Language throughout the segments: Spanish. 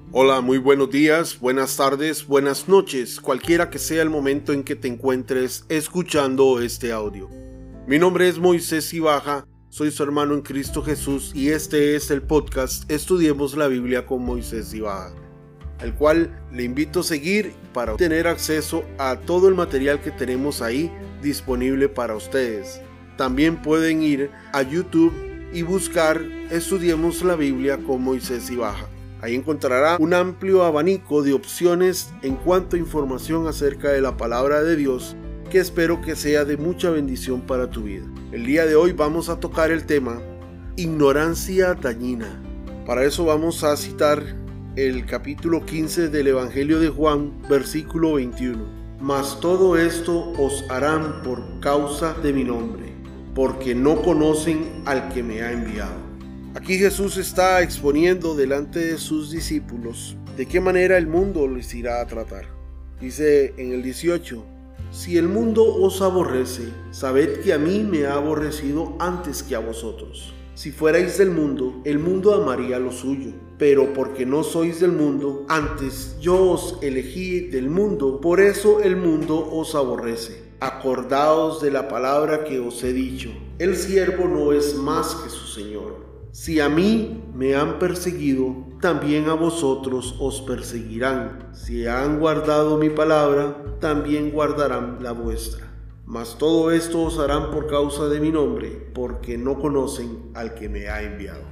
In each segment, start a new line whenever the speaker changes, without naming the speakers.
Hola, muy buenos días, buenas tardes, buenas noches, cualquiera que sea el momento en que te encuentres escuchando este audio. Mi nombre es Moisés Ibaja, soy su hermano en Cristo Jesús y este es el podcast Estudiemos la Biblia con Moisés Ibaja, al cual le invito a seguir para tener acceso a todo el material que tenemos ahí disponible para ustedes. También pueden ir a YouTube y buscar Estudiemos la Biblia con Moisés Ibaja. Ahí encontrará un amplio abanico de opciones en cuanto a información acerca de la palabra de Dios, que espero que sea de mucha bendición para tu vida. El día de hoy vamos a tocar el tema ignorancia dañina. Para eso vamos a citar el capítulo 15 del Evangelio de Juan, versículo 21. Mas todo esto os harán por causa de mi nombre, porque no conocen al que me ha enviado. Aquí Jesús está exponiendo delante de sus discípulos de qué manera el mundo les irá a tratar. Dice en el 18: si el mundo os aborrece, sabed que a mí me ha aborrecido antes que a vosotros. Si fuerais del mundo, el mundo amaría lo suyo, pero porque no sois del mundo, antes yo os elegí del mundo, por eso el mundo os aborrece. Acordaos de la palabra que os he dicho: el siervo no es más que su señor. Si a mí me han perseguido, también a vosotros os perseguirán. Si han guardado mi palabra, también guardarán la vuestra. Mas todo esto os harán por causa de mi nombre, porque no conocen al que me ha enviado.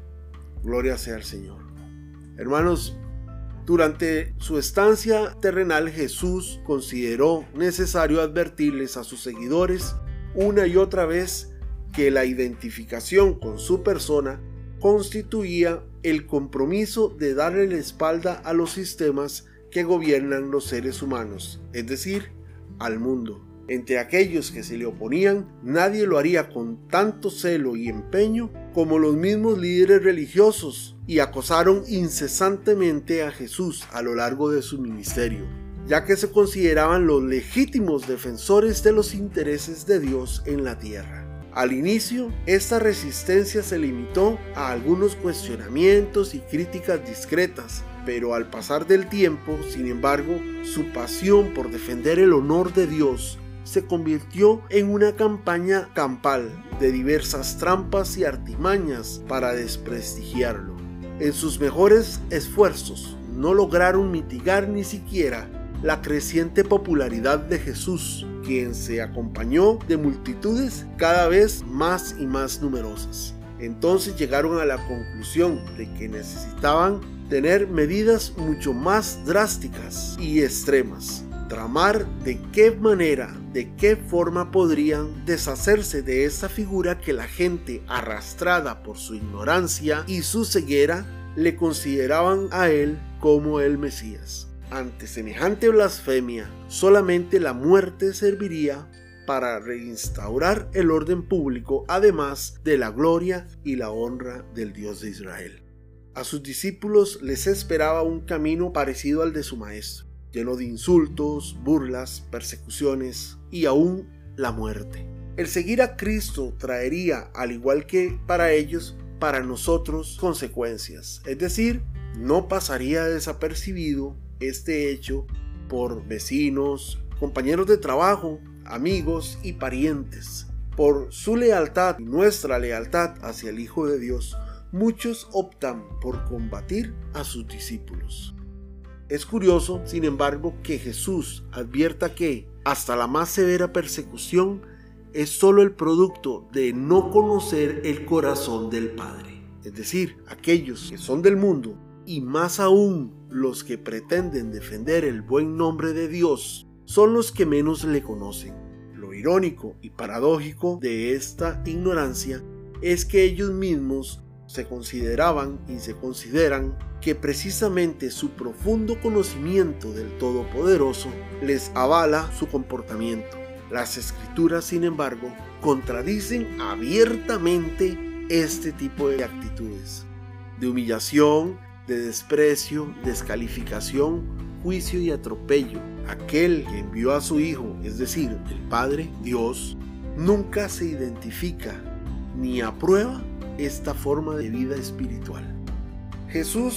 Gloria sea al Señor. Hermanos, durante su estancia terrenal, Jesús consideró necesario advertirles a sus seguidores una y otra vez que la identificación con su persona constituía el compromiso de darle la espalda a los sistemas que gobiernan los seres humanos, es decir, al mundo. Entre aquellos que se le oponían, nadie lo haría con tanto celo y empeño como los mismos líderes religiosos, y acosaron incesantemente a Jesús a lo largo de su ministerio, ya que se consideraban los legítimos defensores de los intereses de Dios en la tierra. Al inicio, esta resistencia se limitó a algunos cuestionamientos y críticas discretas, pero al pasar del tiempo, sin embargo, su pasión por defender el honor de Dios se convirtió en una campaña campal de diversas trampas y artimañas para desprestigiarlo. En sus mejores esfuerzos no lograron mitigar ni siquiera la creciente popularidad de Jesús, quien se acompañó de multitudes cada vez más y más numerosas. Entonces llegaron a la conclusión de que necesitaban tener medidas mucho más drásticas y extremas, tramar de qué manera, de qué forma podrían deshacerse de esa figura que la gente, arrastrada por su ignorancia y su ceguera, le consideraban a él como el Mesías. Ante semejante blasfemia, solamente la muerte serviría para reinstaurar el orden público, además de la gloria y la honra del Dios de Israel. A sus discípulos les esperaba un camino parecido al de su maestro, lleno de insultos, burlas, persecuciones y aún la muerte. El seguir a Cristo traería, al igual que para ellos, para nosotros consecuencias, es decir, no pasaría desapercibido este hecho por vecinos, compañeros de trabajo, amigos y parientes. Por su lealtad y nuestra lealtad hacia el Hijo de Dios, muchos optan por combatir a sus discípulos. Es curioso, sin embargo, que Jesús advierta que hasta la más severa persecución es solo el producto de no conocer el corazón del Padre. Es decir, aquellos que son del mundo, y más aún los que pretenden defender el buen nombre de Dios, son los que menos le conocen. Lo irónico y paradójico de esta ignorancia es que ellos mismos se consideraban y se consideran que precisamente su profundo conocimiento del Todopoderoso les avala su comportamiento. Las Escrituras, sin embargo, contradicen abiertamente este tipo de actitudes, de humillación, de desprecio, descalificación, juicio y atropello. Aquel que envió a su Hijo, es decir, el Padre, Dios, nunca se identifica ni aprueba esta forma de vida espiritual. Jesús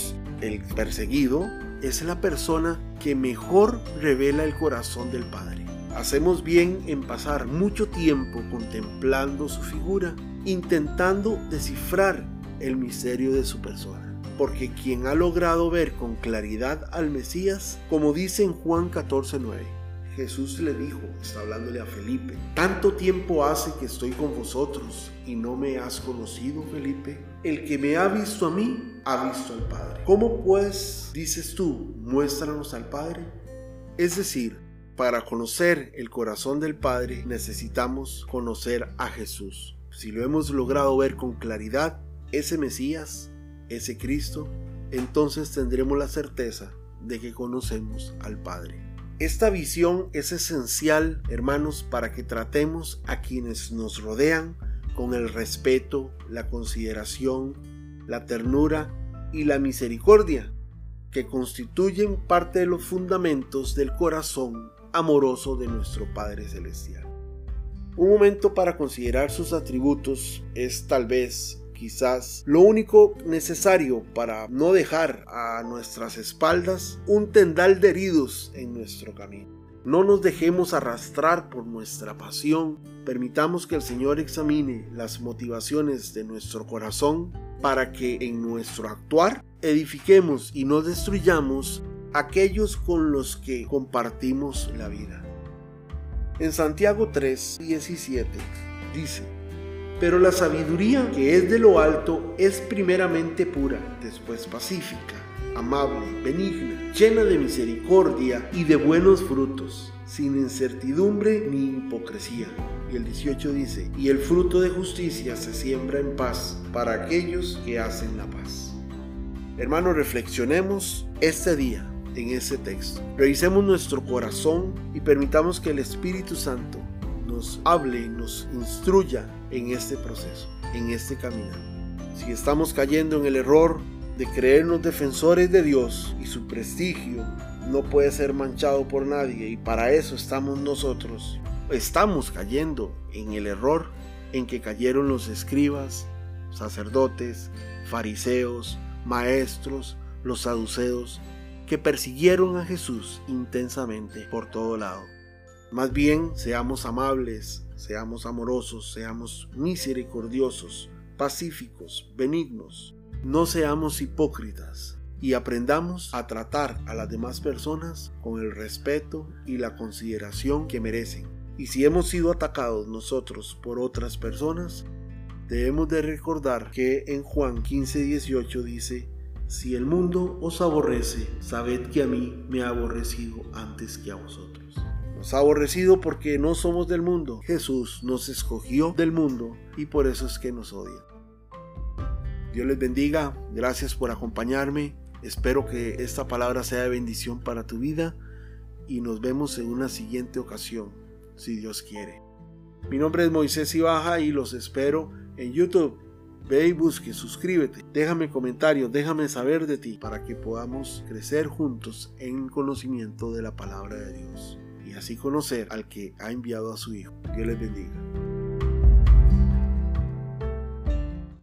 el perseguido, es la persona que mejor revela el corazón del Padre. Hacemos bien en pasar mucho tiempo contemplando su figura, intentando descifrar el misterio de su persona. Porque quien ha logrado ver con claridad al Mesías, como dice en Juan 14:9, Jesús le dijo, está hablándole a Felipe, ¿tanto tiempo hace que estoy con vosotros y no me has conocido, Felipe? El que me ha visto a mí, ha visto al Padre. ¿Cómo pues dices tú, muéstranos al Padre? Es decir, para conocer el corazón del Padre necesitamos conocer a Jesús. Si lo hemos logrado ver con claridad, ese Mesías, ese Cristo, entonces tendremos la certeza de que conocemos al Padre. Esta visión es esencial, hermanos, para que tratemos a quienes nos rodean con el respeto, la consideración, la ternura y la misericordia, que constituyen parte de los fundamentos del corazón amoroso de nuestro Padre Celestial. Un momento para considerar sus atributos es tal vez, quizás, lo único necesario para no dejar a nuestras espaldas un tendal de heridos en nuestro camino. No nos dejemos arrastrar por nuestra pasión, permitamos que el Señor examine las motivaciones de nuestro corazón para que en nuestro actuar edifiquemos y no destruyamos aquellos con los que compartimos la vida. En Santiago 3:17 dice: pero la sabiduría que es de lo alto es primeramente pura, después pacífica, amable, benigna, llena de misericordia y de buenos frutos, sin incertidumbre ni hipocresía. Y el 18 dice: y el fruto de justicia se siembra en paz para aquellos que hacen la paz. Hermanos, reflexionemos este día en ese texto. Revisemos nuestro corazón y permitamos que el Espíritu Santo nos hable, nos instruya en este proceso, en este caminar. Si estamos cayendo en el error de creernos defensores de Dios y su prestigio no puede ser manchado por nadie, y para eso estamos nosotros, estamos cayendo en el error en que cayeron los escribas, sacerdotes, fariseos, maestros, los saduceos, que persiguieron a Jesús intensamente por todo lado. Más bien, seamos amables, seamos amorosos, seamos misericordiosos, pacíficos, benignos. No seamos hipócritas y aprendamos a tratar a las demás personas con el respeto y la consideración que merecen. Y si hemos sido atacados nosotros por otras personas, debemos de recordar que en Juan 15:18 dice: si el mundo os aborrece, sabed que a mí me ha aborrecido antes que a vosotros. Nos ha aborrecido porque no somos del mundo. Jesús nos escogió del mundo y por eso es que nos odia. Dios les bendiga. Gracias por acompañarme. Espero que esta palabra sea de bendición para tu vida y nos vemos en una siguiente ocasión, si Dios quiere. Mi nombre es Moisés Ibaja y los espero en YouTube. Ve y busque, suscríbete, déjame comentarios, déjame saber de ti para que podamos crecer juntos en conocimiento de la palabra de Dios y así conocer al que ha enviado a su Hijo. Dios les bendiga.